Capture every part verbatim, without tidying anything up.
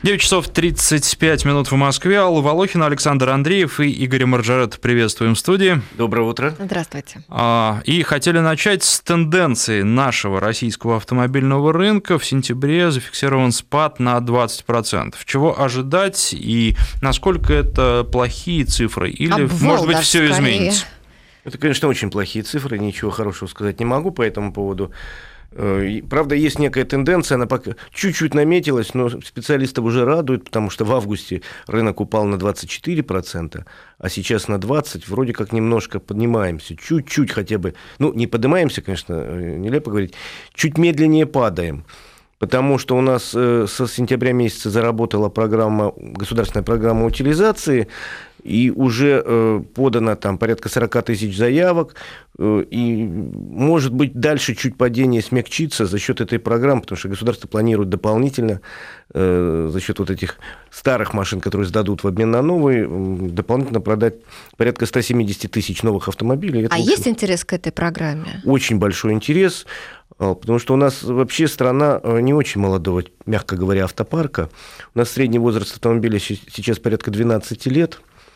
девять часов тридцать пять минут в Москве. Алла Волохина, Александр Андреев и Игорь Маржарет приветствуем в студии. Доброе утро. Здравствуйте. И хотели начать с тенденции нашего российского автомобильного рынка. В сентябре зафиксирован спад на двадцать процентов. Чего ожидать и насколько это плохие цифры? Или, Обвал, может быть, даже все скорее. изменится? Это, конечно, очень плохие цифры, ничего хорошего сказать не могу по этому поводу. Правда, есть некая тенденция, она пока чуть-чуть наметилась, но специалистов уже радует, потому что в августе рынок упал на двадцать четыре процента, а сейчас на двадцать процентов, вроде как немножко поднимаемся, чуть-чуть хотя бы, ну, не поднимаемся, конечно, нелепо говорить, чуть медленнее падаем. Потому что у нас со сентября месяца заработала программа, государственная программа утилизации, и уже подано там порядка сорок тысяч заявок, и, может быть, дальше чуть падение смягчится за счет этой программы, потому что государство планирует дополнительно за счет вот этих старых машин, которые сдадут в обмен на новые, дополнительно продать порядка сто семьдесят тысяч новых автомобилей. Это, а в общем, есть интерес к этой программе? Очень большой интерес. Потому что у нас вообще страна не очень молодого, мягко говоря, автопарка. У нас средний возраст автомобиля сейчас порядка двенадцать лет.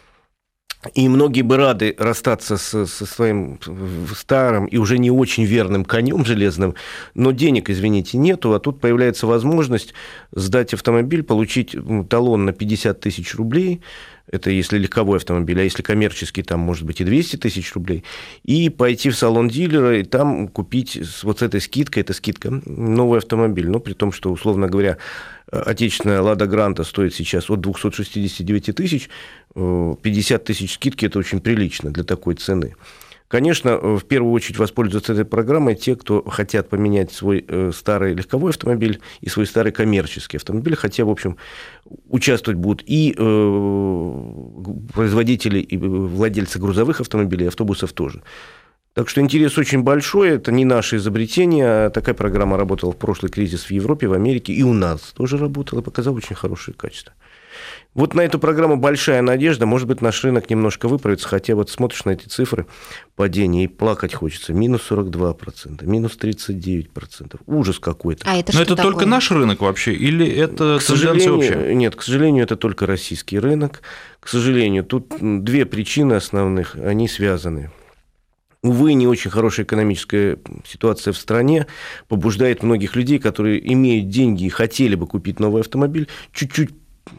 И многие бы рады расстаться со, со своим старым и уже не очень верным конем железным, но денег, извините, нету, а тут появляется возможность сдать автомобиль, получить талон на пятьдесят тысяч рублей, это если легковой автомобиль, а если коммерческий, там может быть и двести тысяч рублей, и пойти в салон дилера и там купить с вот этой скидкой, это скидка, новый автомобиль, ну, при том, что, условно говоря, отечественная «Лада Гранта» стоит сейчас от двести шестьдесят девять тысяч, пятьдесят тысяч скидки – это очень прилично для такой цены. Конечно, в первую очередь воспользуются этой программой те, кто хотят поменять свой старый легковой автомобиль и свой старый коммерческий автомобиль, хотя, в общем, участвовать будут и производители, и владельцы грузовых автомобилей, и автобусов тоже. Так что интерес очень большой, это не наше изобретение, такая программа работала в прошлый кризис в Европе, в Америке, и у нас тоже работала, и показала очень хорошее качество. Вот на эту программу большая надежда, может быть, наш рынок немножко выправится, хотя вот смотришь на эти цифры падения и плакать хочется. Минус сорок два процента, минус тридцать девять процентов. Ужас какой-то. А это Но что это такое? только наш рынок вообще, или это К тенденция общая? сожалению, нет, к сожалению, это только российский рынок. К сожалению, тут две причины основных, они связаны. Увы, не очень хорошая экономическая ситуация в стране побуждает многих людей, которые имеют деньги и хотели бы купить новый автомобиль, чуть-чуть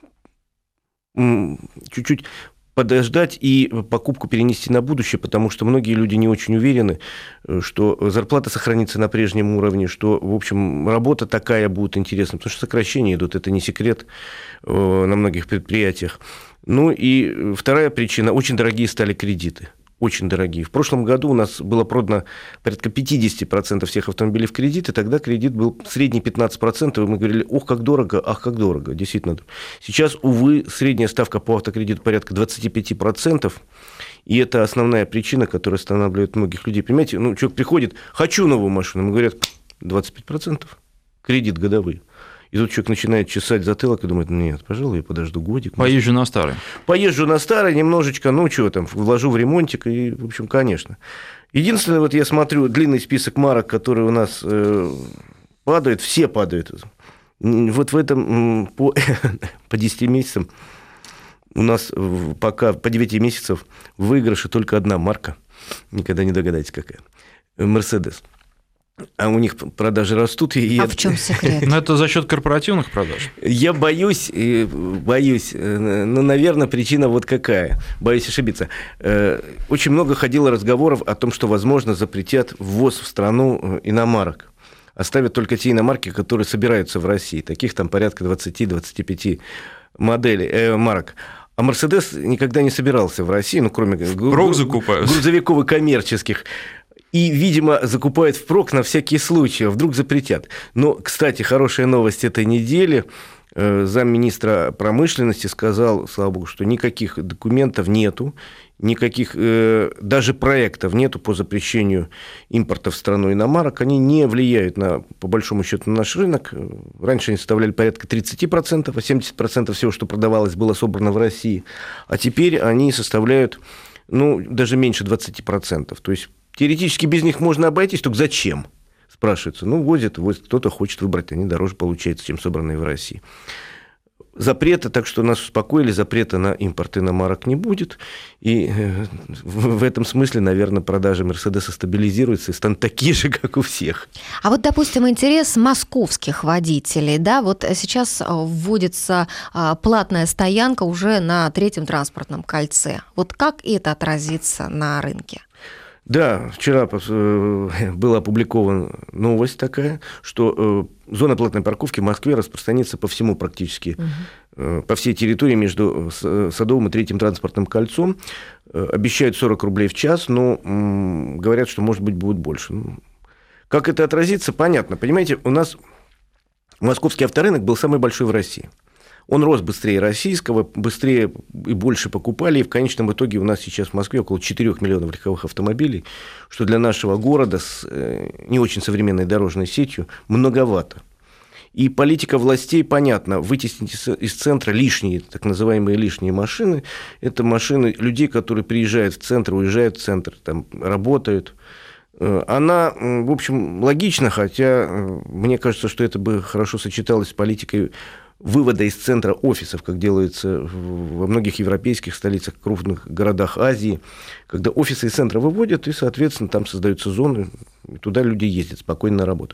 чуть-чуть подождать и покупку перенести на будущее, потому что многие люди не очень уверены, что зарплата сохранится на прежнем уровне, что, в общем, работа такая будет интересна, потому что сокращения идут, это не секрет на многих предприятиях. Ну и вторая причина – очень дорогие стали кредиты. Очень дорогие. В прошлом году у нас было продано порядка пятьдесят процентов всех автомобилей в кредит, и тогда кредит был средний пятнадцать процентов, и мы говорили, ох, как дорого, ах, как дорого, действительно. Сейчас, увы, средняя ставка по автокредиту порядка двадцать пять процентов, и это основная причина, которая останавливает многих людей. Понимаете, ну, человек приходит, хочу новую машину, ему говорят, двадцать пять процентов, кредит годовой. И тут человек начинает чесать затылок и думает, нет, пожалуй, я подожду годик. Поезжу на старый. Поезжу на старый немножечко, ну, что там, вложу в ремонтик, и, в общем, конечно. Единственное, вот я смотрю длинный список марок, которые у нас э, падают, все падают. Вот в этом по, по десяти месяцам у нас пока по девяти месяцев в выигрыше только одна марка. Никогда не догадаетесь, какая. «Мерседес». А у них продажи растут. И а я... в чем секрет? Ну, это за счет корпоративных продаж. Я боюсь, боюсь, ну, наверное, причина вот какая. Боюсь ошибиться. Очень много ходило разговоров о том, что, возможно, запретят ввоз в страну иномарок. Оставят только те иномарки, которые собираются в России. Таких там порядка двадцать-двадцать пять моделей, э, марок. А «Мерседес» никогда не собирался в России, ну, кроме грузовиков и коммерческих. И, видимо, закупают впрок на всякий случай, а вдруг запретят. Но, кстати, хорошая новость этой недели. Замминистра промышленности сказал, слава богу, что никаких документов нету, никаких даже проектов нету по запрещению импорта в страну иномарок. Они не влияют, на, по большому счету, на наш рынок. Раньше они составляли порядка тридцать процентов, а семьдесят процентов всего, что продавалось, было собрано в России. А теперь они составляют, ну, даже меньше двадцати процентов. То есть теоретически без них можно обойтись, только зачем? Спрашивается. Ну, возят, возят, кто-то хочет выбрать, они дороже получаются, чем собранные в России. запрета, так что нас успокоили, запрета на импорт иномарок не будет. И в этом смысле, наверное, продажи Мерседеса стабилизируются и станут такие же, как у всех. А вот, допустим, интерес московских водителей, да, вот сейчас вводится платная стоянка уже на третьем транспортном кольце. Вот как это отразится на рынке? Да, вчера была опубликована новость такая, что зона платной парковки в Москве распространится по всему практически, угу. по всей территории между Садовым и Третьим транспортным кольцом. Обещают сорок рублей в час, но говорят, что, может быть, будет больше. Как это отразится, понятно. Понимаете, у нас московский авторынок был самый большой в России. Он рос быстрее российского, быстрее и больше покупали, и в конечном итоге у нас сейчас в Москве около четырёх миллионов легковых автомобилей, что для нашего города с не очень современной дорожной сетью многовато. И политика властей, понятно, вытеснить из центра лишние, так называемые лишние машины, это машины людей, которые приезжают в центр, уезжают в центр, там работают. Она, в общем, логична, хотя мне кажется, что это бы хорошо сочеталось с политикой вывода из центра офисов, как делается во многих европейских столицах, крупных городах Азии, когда офисы из центра выводят, и, соответственно, там создаются зоны, и туда люди ездят спокойно на работу.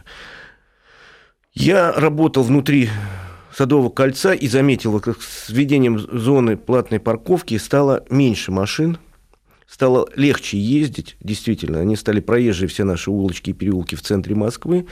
Я работал внутри Садового кольца и заметил, как с введением зоны платной парковки стало меньше машин, стало легче ездить, действительно, они стали проезжие все наши улочки и переулки в центре Москвы.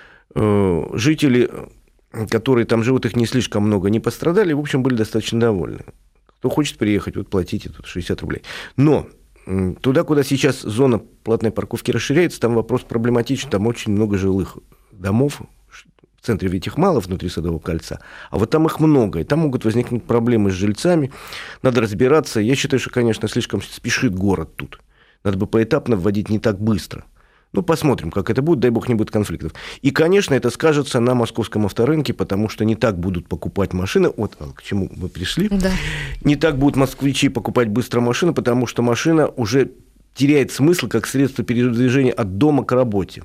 Жители, которые там живут, их не слишком много, не пострадали, в общем, были достаточно довольны. Кто хочет приехать, вот платите тут шестьдесят рублей. Но туда, куда сейчас зона платной парковки расширяется, там вопрос проблематичный, там очень много жилых домов, в центре ведь их мало внутри Садового кольца, а вот там их много, и там могут возникнуть проблемы с жильцами, надо разбираться. Я считаю, что, конечно, слишком спешит город тут. Надо бы поэтапно вводить, не так быстро. Ну, посмотрим, как это будет, дай бог, не будет конфликтов. И, конечно, это скажется на московском авторынке, потому что не так будут покупать машины, вот к чему мы пришли, да. Не так будут москвичи покупать быстро машины, потому что машина уже теряет смысл как средство передвижения от дома к работе.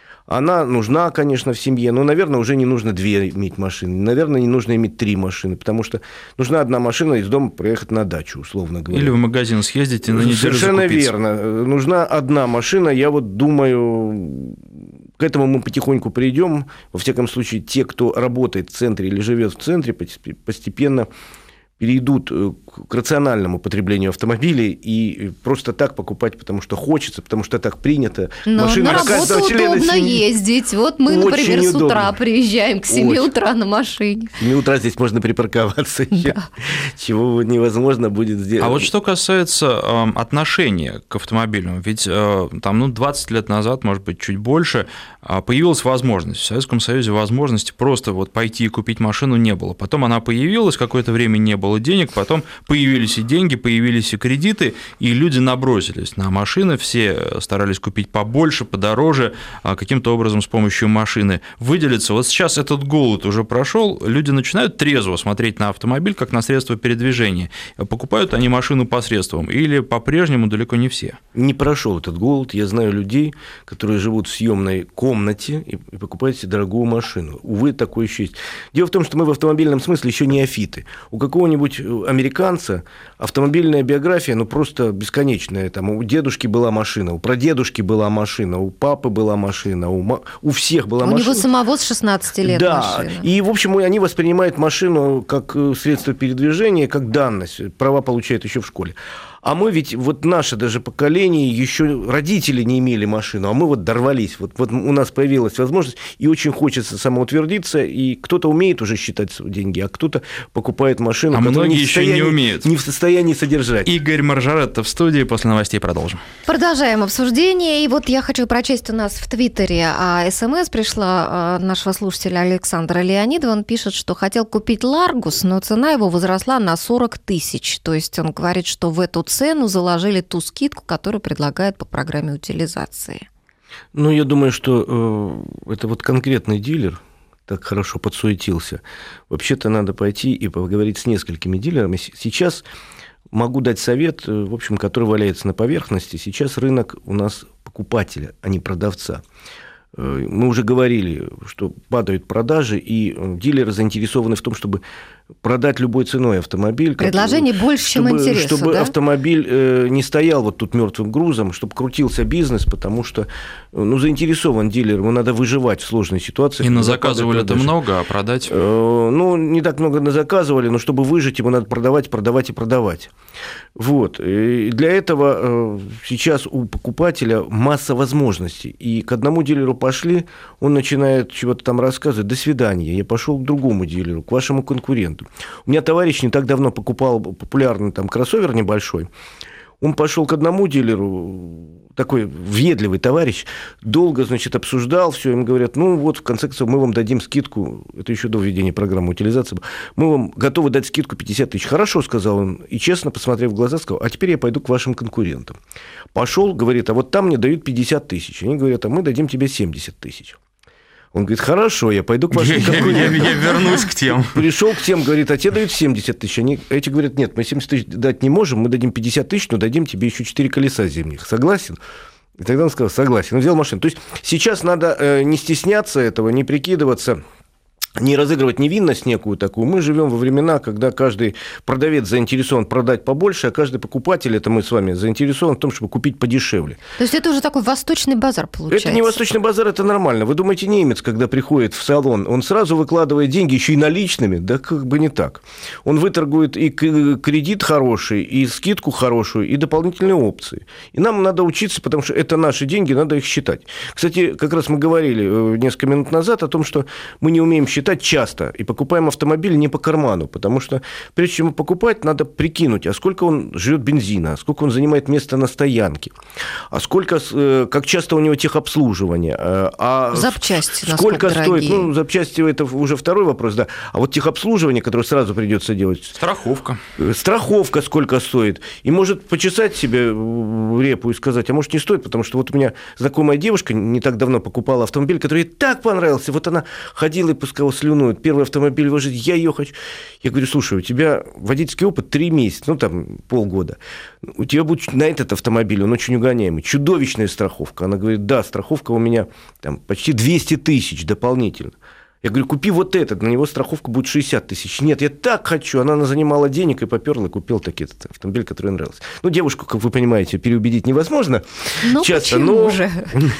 Она нужна, конечно, в семье, но, наверное, уже не нужно две иметь машины, наверное, не нужно иметь три машины, потому что нужна одна машина из дома проехать на дачу, условно говоря. Или в магазин съездить и на неделю Совершенно закупиться. верно. Нужна одна машина. Я вот думаю, к этому мы потихоньку придем. Во всяком случае, те, кто работает в центре или живет в центре, постепенно перейдут к рациональному потреблению автомобилей и просто так покупать, потому что хочется, потому что так принято. Но машина на работу удобно ездить. Вот мы, очень например, удобно. С утра приезжаем к семи очень. Утра на машине. К семи утра здесь можно припарковаться, да. Чего невозможно будет сделать. А вот что касается э, отношения к автомобилям, ведь э, там, ну, двадцать лет назад, может быть, чуть больше, э, появилась возможность. В Советском Союзе возможности просто вот пойти и купить машину не было. Потом она появилась, какое-то время не было денег, потом появились и деньги, появились и кредиты, и люди набросились на машины, все старались купить побольше, подороже, каким-то образом с помощью машины выделиться. Вот сейчас этот голод уже прошел, люди начинают трезво смотреть на автомобиль как на средство передвижения. Покупают они машину посредством или по-прежнему далеко не все? Не прошел этот голод. Я знаю людей, которые живут в съемной комнате и покупают себе дорогую машину. Увы, такое еще есть. Дело в том, что мы в автомобильном смысле еще неофиты. У какого-нибудь американца автомобильная биография, ну, просто бесконечная. Там у дедушки была машина, у прадедушки была машина, у папы была машина, у, ма... у всех была у машина. У него самого с шестнадцати лет да. машина. И, в общем, они воспринимают машину как средство передвижения, как данность. Права получают еще в школе. А мы ведь, вот наше даже поколение, еще родители не имели машину, а мы вот дорвались. Вот, вот у нас появилась возможность, и очень хочется самоутвердиться, и кто-то умеет уже считать деньги, а кто-то покупает машину, а многие не еще не умеют. Не в состоянии содержать. Игорь Маржаретто в студии, после новостей продолжим. Продолжаем обсуждение, и вот я хочу прочесть у нас в Твиттере а, СМС, пришла а, нашего слушателя Александра Леонидова, он пишет, что хотел купить Ларгус, но цена его возросла на сорок тысяч, то есть он говорит, что в эту цену заложили ту скидку, которую предлагают по программе утилизации. Ну, я думаю, что э, это вот конкретный дилер так хорошо подсуетился. Вообще-то надо пойти и поговорить с несколькими дилерами. Сейчас могу дать совет, в общем, который валяется на поверхности. Сейчас рынок у нас покупателя, а не продавца. Мы уже говорили, что падают продажи, и дилеры заинтересованы в том, чтобы продать любой ценой автомобиль. Предложение как, больше, чем чтобы, интересу, чтобы да? автомобиль э, не стоял вот тут мертвым грузом, чтобы крутился бизнес, потому что ну, заинтересован дилер, ему надо выживать в сложной ситуации. И назаказывали это много, а продать? Э, ну, не так много назаказывали, но чтобы выжить, ему надо продавать, продавать и продавать. Вот. И для этого э, сейчас у покупателя масса возможностей. И к одному дилеру пошли, он начинает чего-то там рассказывать, до свидания, я пошел к другому дилеру, к вашему конкуренту. У меня товарищ не так давно покупал популярный там кроссовер небольшой. Он пошел к одному дилеру, такой въедливый товарищ, долго, значит, обсуждал все, им говорят, ну вот, в конце концов, мы вам дадим скидку, это еще до введения программы утилизации, мы вам готовы дать скидку пятьдесят тысяч. Хорошо, сказал он, и честно, посмотрев в глаза, сказал, а теперь я пойду к вашим конкурентам. Пошел, говорит, а вот там мне дают пятьдесят тысяч. Они говорят, а мы дадим тебе семьдесят тысяч. Он говорит, хорошо, я пойду к вашим конкурентам. Я, я, я вернусь к тем. Пришел к тем, говорит, а те дают семьдесят тысяч. Они, эти говорят, нет, мы семьдесят тысяч дать не можем, мы дадим пятьдесят тысяч, но дадим тебе еще четыре колеса зимних. Согласен? И тогда он сказал, согласен. Он взял машину. То есть сейчас надо э, не стесняться этого, не прикидываться, не разыгрывать невинность некую такую. Мы живем во времена, когда каждый продавец заинтересован продать побольше, а каждый покупатель, это мы с вами, заинтересован в том, чтобы купить подешевле. То есть это уже такой восточный базар получается? Это не восточный базар, это нормально. Вы думаете, немец, когда приходит в салон, он сразу выкладывает деньги еще и наличными? Да как бы не так. Он выторгует и кредит хороший, и скидку хорошую, и дополнительные опции. И нам надо учиться, потому что это наши деньги, надо их считать. Кстати, как раз мы говорили несколько минут назад о том, что мы не умеем считать часто и покупаем автомобиль не по карману, потому что прежде чем покупать, надо прикинуть, а сколько он жрет бензина, а сколько он занимает место на стоянке, а сколько, как часто у него техобслуживание, а запчасти сколько стоит, дорогие. Ну, запчасти это уже второй вопрос, да, а вот техобслуживание, которое сразу придется делать. Страховка. Страховка сколько стоит, и может почесать себе репу и сказать, а может не стоит, потому что вот у меня знакомая девушка не так давно покупала автомобиль, который ей так понравился, вот она ходила и пускала слюну, первый автомобиль вожить, я ее хочу. Я говорю, слушай, у тебя водительский опыт три месяца, ну, там, полгода. У тебя будет на этот автомобиль, он очень угоняемый. Чудовищная страховка. Она говорит, да, страховка у меня там почти двести тысяч дополнительно. Я говорю, купи вот этот, на него страховка будет шестьдесят тысяч. Нет, я так хочу. Она занимала денег и поперла, и купил таки этот автомобиль, который ей нравился. Ну, девушку, как вы понимаете, переубедить невозможно. Ну, часто, почему но... же?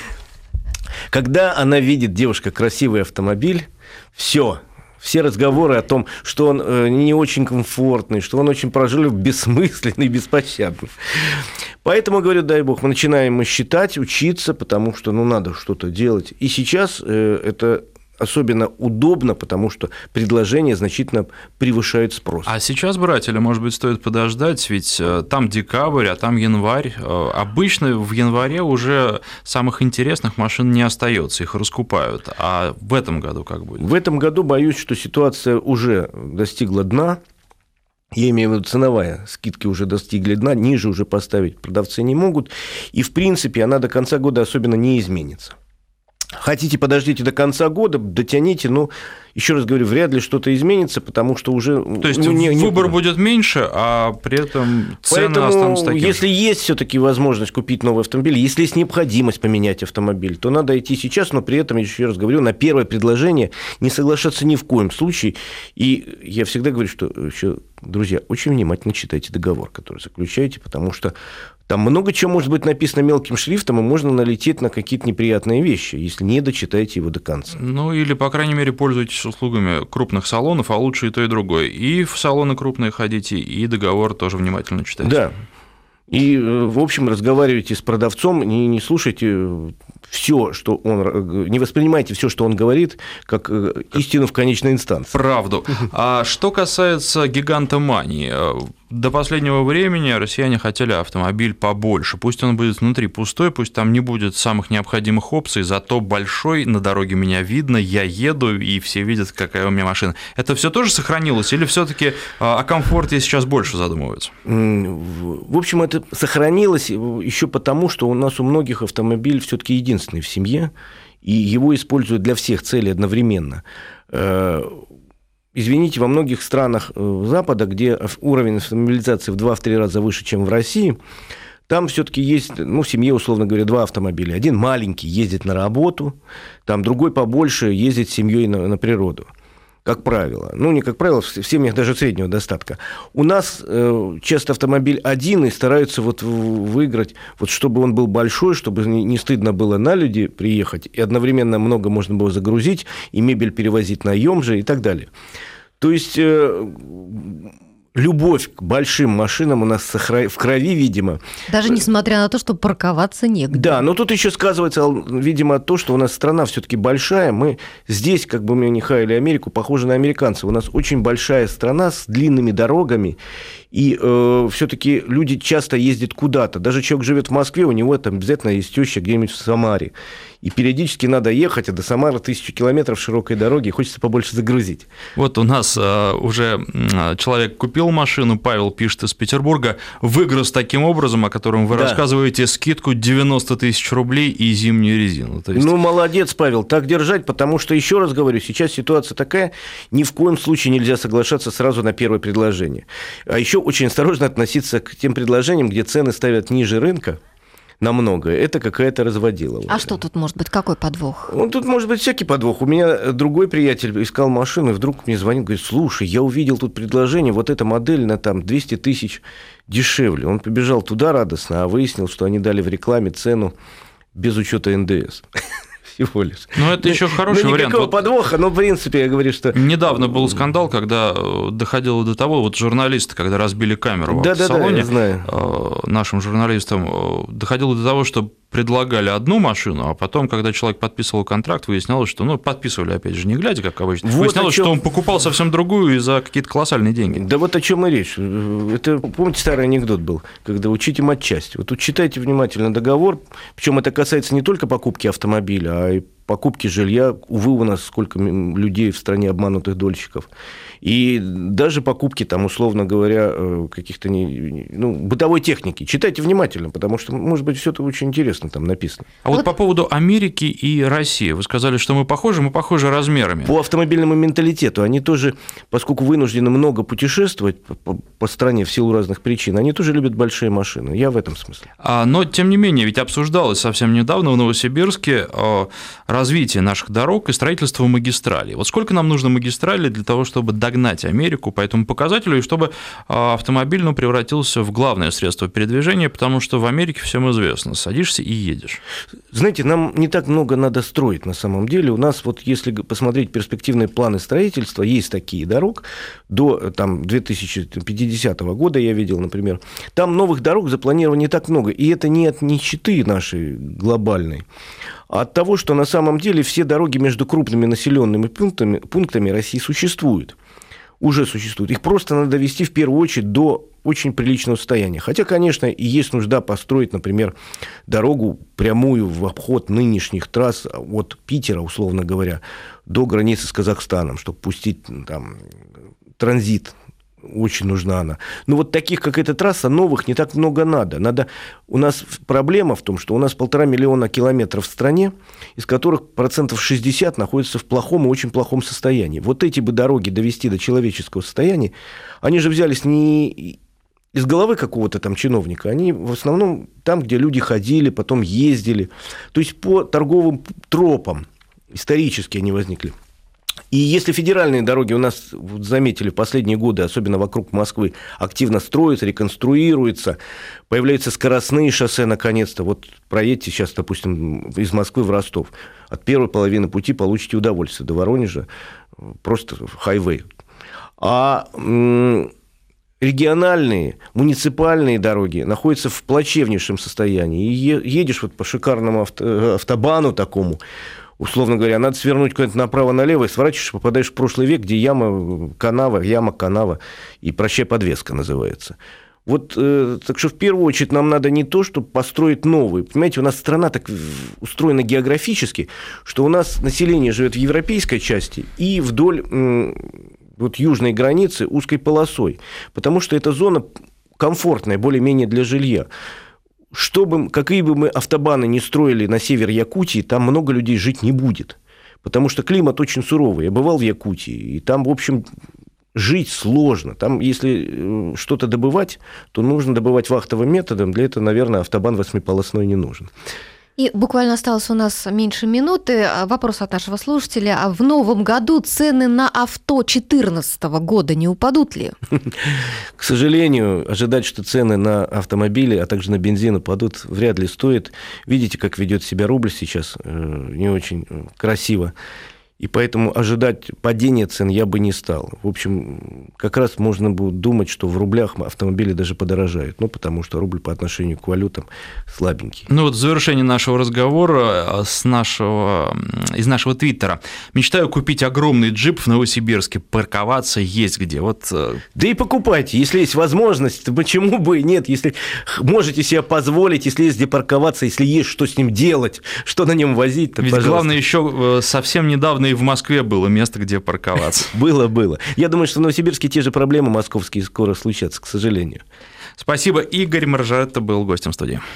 Когда она видит, девушка, красивый автомобиль, все, все разговоры о том, что он не очень комфортный, что он очень прожил бессмысленный, беспощадный. Поэтому, говорю, дай бог, мы начинаем считать, учиться, потому что, ну, надо что-то делать. И сейчас это особенно удобно, потому что предложения значительно превышают спрос. А сейчас брать или, может быть, стоит подождать, ведь там декабрь, а там январь. Обычно в январе уже самых интересных машин не остается, их раскупают. А в этом году как будет? В этом году боюсь, что ситуация уже достигла дна. Я имею в виду ценовая, скидки уже достигли дна, ниже уже поставить продавцы не могут. И, в принципе, она до конца года особенно не изменится. Хотите, подождите до конца года, дотяните, но, еще раз говорю, вряд ли что-то изменится, потому что уже... То есть ну, не, выбор не... будет меньше, а при этом цены Поэтому, останутся такими. Если есть все-таки возможность купить новый автомобиль, если есть необходимость поменять автомобиль, то надо идти сейчас, но при этом, еще раз говорю, на первое предложение не соглашаться ни в коем случае. И я всегда говорю, что, еще, друзья, очень внимательно читайте договор, который заключаете, потому что там много чего может быть написано мелким шрифтом, и можно налететь на какие-то неприятные вещи, если не дочитаете его до конца. Ну, или, по крайней мере, пользуйтесь услугами крупных салонов, а лучше и то, и другое. И в салоны крупные ходите, и договор тоже внимательно читайте. Да. И, в общем, разговаривайте с продавцом, не, не слушайте все, что он... Не воспринимайте все, что он говорит, как истину в конечной инстанции. Правду. А что касается гиганта мании, до последнего времени россияне хотели автомобиль побольше. Пусть он будет внутри пустой, пусть там не будет самых необходимых опций, зато большой, на дороге меня видно, я еду, и все видят, какая у меня машина. Это все тоже сохранилось, или все-таки о комфорте сейчас больше задумываются? В общем, это сохранилось еще потому, что у нас у многих автомобиль все-таки единственный в семье, и его используют для всех целей одновременно. Извините, во многих странах Запада, где уровень автомобилизации в два-три раза выше, чем в России, там все-таки есть, ну, в семье, условно говоря, два автомобиля. Один маленький ездит на работу, там другой побольше ездит с семьей на, на природу. как правило. Ну, не как правило, в семьях даже среднего достатка. У нас э, часто автомобиль один, и стараются вот выиграть, вот чтобы он был большой, чтобы не, не стыдно было на люди приехать, и одновременно много можно было загрузить, и мебель перевозить наем же и так далее. То есть... Э, любовь к большим машинам у нас в крови, видимо. Даже несмотря на то, что парковаться негде. Да, но тут еще сказывается, видимо, то, что у нас страна все-таки большая. Мы здесь, как бы мы не хаяли Америку, похожи на американцев. У нас очень большая страна с длинными дорогами, и э, все-таки люди часто ездят куда-то. Даже человек живет в Москве, у него там обязательно есть теща где-нибудь в Самаре. И периодически надо ехать, а до Самары тысячу километров широкой дороги, и хочется побольше загрузить. Вот у нас э, уже человек купил машину, Павел пишет из Петербурга, выгрыз таким образом, о котором вы да. рассказываете, скидку девяносто тысяч рублей и зимнюю резину. То есть... Ну, молодец, Павел, так держать, потому что, еще раз говорю, сейчас ситуация такая, ни в коем случае нельзя соглашаться сразу на первое предложение. А еще очень осторожно относиться к тем предложениям, где цены ставят ниже рынка. Намного. Это какая-то разводила. А что тут может быть? Какой подвох? Ну, тут может быть всякий подвох. У меня другой приятель искал машину, и вдруг мне звонит, говорит, слушай, я увидел тут предложение, вот эта модель на там двести тысяч дешевле. Он побежал туда радостно, а выяснил, что они дали в рекламе цену без учета эн дэ эс. Всего лишь. Ну, это еще хороший ну, вариант. Никакого вот подвоха, но, в принципе, я говорю, что... Недавно был скандал, когда доходило до того, вот журналисты, когда разбили камеру в да, автосалоне, да, да, я знаю. Нашим журналистам, доходило до того, что предлагали одну машину, а потом, когда человек подписывал контракт, выяснялось, что, ну, подписывали, опять же, не глядя, как обычно, вот выяснялось, чем... что он покупал совсем другую и за какие-то колоссальные деньги. Да вот о чем и речь. Это, помните, старый анекдот был, когда учите матчасть. Вот тут читайте внимательно договор, причем это касается не только покупки автомобиля, а и покупки жилья. Увы, у нас сколько людей в стране обманутых дольщиков. И даже покупки, там, условно говоря, каких-то не, ну, бытовой техники. Читайте внимательно, потому что, может быть, все это очень интересно там написано. А вот, вот по поводу Америки и России. Вы сказали, что мы похожи, мы похожи размерами. По автомобильному менталитету. Они тоже, поскольку вынуждены много путешествовать по, по стране в силу разных причин, они тоже любят большие машины. Я в этом смысле. А, но, тем не менее, ведь обсуждалось совсем недавно в Новосибирске развитие наших дорог и строительство магистралей. Вот сколько нам нужно магистралей для того, чтобы догнать Америку по этому показателю, и чтобы автомобиль, ну, превратился в главное средство передвижения, потому что в Америке всем известно, садишься и едешь. Знаете, нам не так много надо строить на самом деле. У нас, вот если посмотреть перспективные планы строительства, есть такие дорог до там, две тысячи пятидесятого года, я видел, например, там новых дорог запланировано не так много, и это не от нищеты нашей глобальной, а от того, что на самом деле все дороги между крупными населенными пунктами, пунктами России существуют. Уже существуют. Их просто надо довести в первую очередь до очень приличного состояния. Хотя, конечно, и есть нужда построить, например, дорогу прямую в обход нынешних трасс от Питера, условно говоря, до границы с Казахстаном, чтобы пустить там транзит. Очень нужна она. Но вот таких, как эта трасса, новых не так много надо. надо. У нас проблема в том, что у нас полтора миллиона километров в стране, из которых процентов шестьдесят находятся в плохом и очень плохом состоянии. Вот эти бы дороги довести до человеческого состояния, они же взялись не из головы какого-то там чиновника, они в основном там, где люди ходили, потом ездили. То есть по торговым тропам исторически они возникли. И если федеральные дороги у нас, вот заметили, в последние годы, особенно вокруг Москвы, активно строятся, реконструируются, появляются скоростные шоссе наконец-то. Вот проедьте сейчас, допустим, из Москвы в Ростов. От первой половины пути получите удовольствие. До Воронежа просто хайвей. А региональные, муниципальные дороги находятся в плачевнейшем состоянии. И едешь вот по шикарному автобану такому, условно говоря, надо свернуть куда-нибудь направо-налево, и сворачиваешь, попадаешь в прошлый век, где яма, канава, яма, канава, и прощай, подвеска называется. Вот, э, так что в первую очередь нам надо не то, чтобы построить новые. Понимаете, у нас страна так устроена географически, что у нас население живет в европейской части и вдоль э, вот, южной границы узкой полосой, потому что эта зона комфортная, более-менее для жилья. Чтобы, какие бы мы автобаны ни строили на север Якутии, там много людей жить не будет. Потому что климат очень суровый. Я бывал в Якутии, и там, в общем, жить сложно. Там, если что-то добывать, то нужно добывать вахтовым методом. Для этого, наверное, автобан восьмиполосной не нужен. И буквально осталось у нас меньше минуты. Вопрос от нашего слушателя. А в новом году цены на авто две тысячи четырнадцатого года не упадут ли? К сожалению, ожидать, что цены на автомобили, а также на бензин упадут, вряд ли стоит. Видите, как ведет себя рубль сейчас, не очень красиво. И поэтому ожидать падения цен я бы не стал. В общем, как раз можно будет думать, что в рублях автомобили даже подорожают. Ну, потому что рубль по отношению к валютам слабенький. Ну вот в завершении нашего разговора с нашего, из нашего твиттера. Мечтаю купить огромный джип в Новосибирске. Парковаться есть где. Вот... Да и покупайте, если есть возможность. Почему бы и нет? Если можете себе позволить, если есть где парковаться, если есть что с ним делать, что на нем возить, то, ведь пожалуйста. Главное, еще совсем недавно и в Москве было место, где парковаться. Было, было. Я думаю, что в Новосибирске те же проблемы московские скоро случатся, к сожалению. Спасибо. Игорь Маржаретта был гостем студии.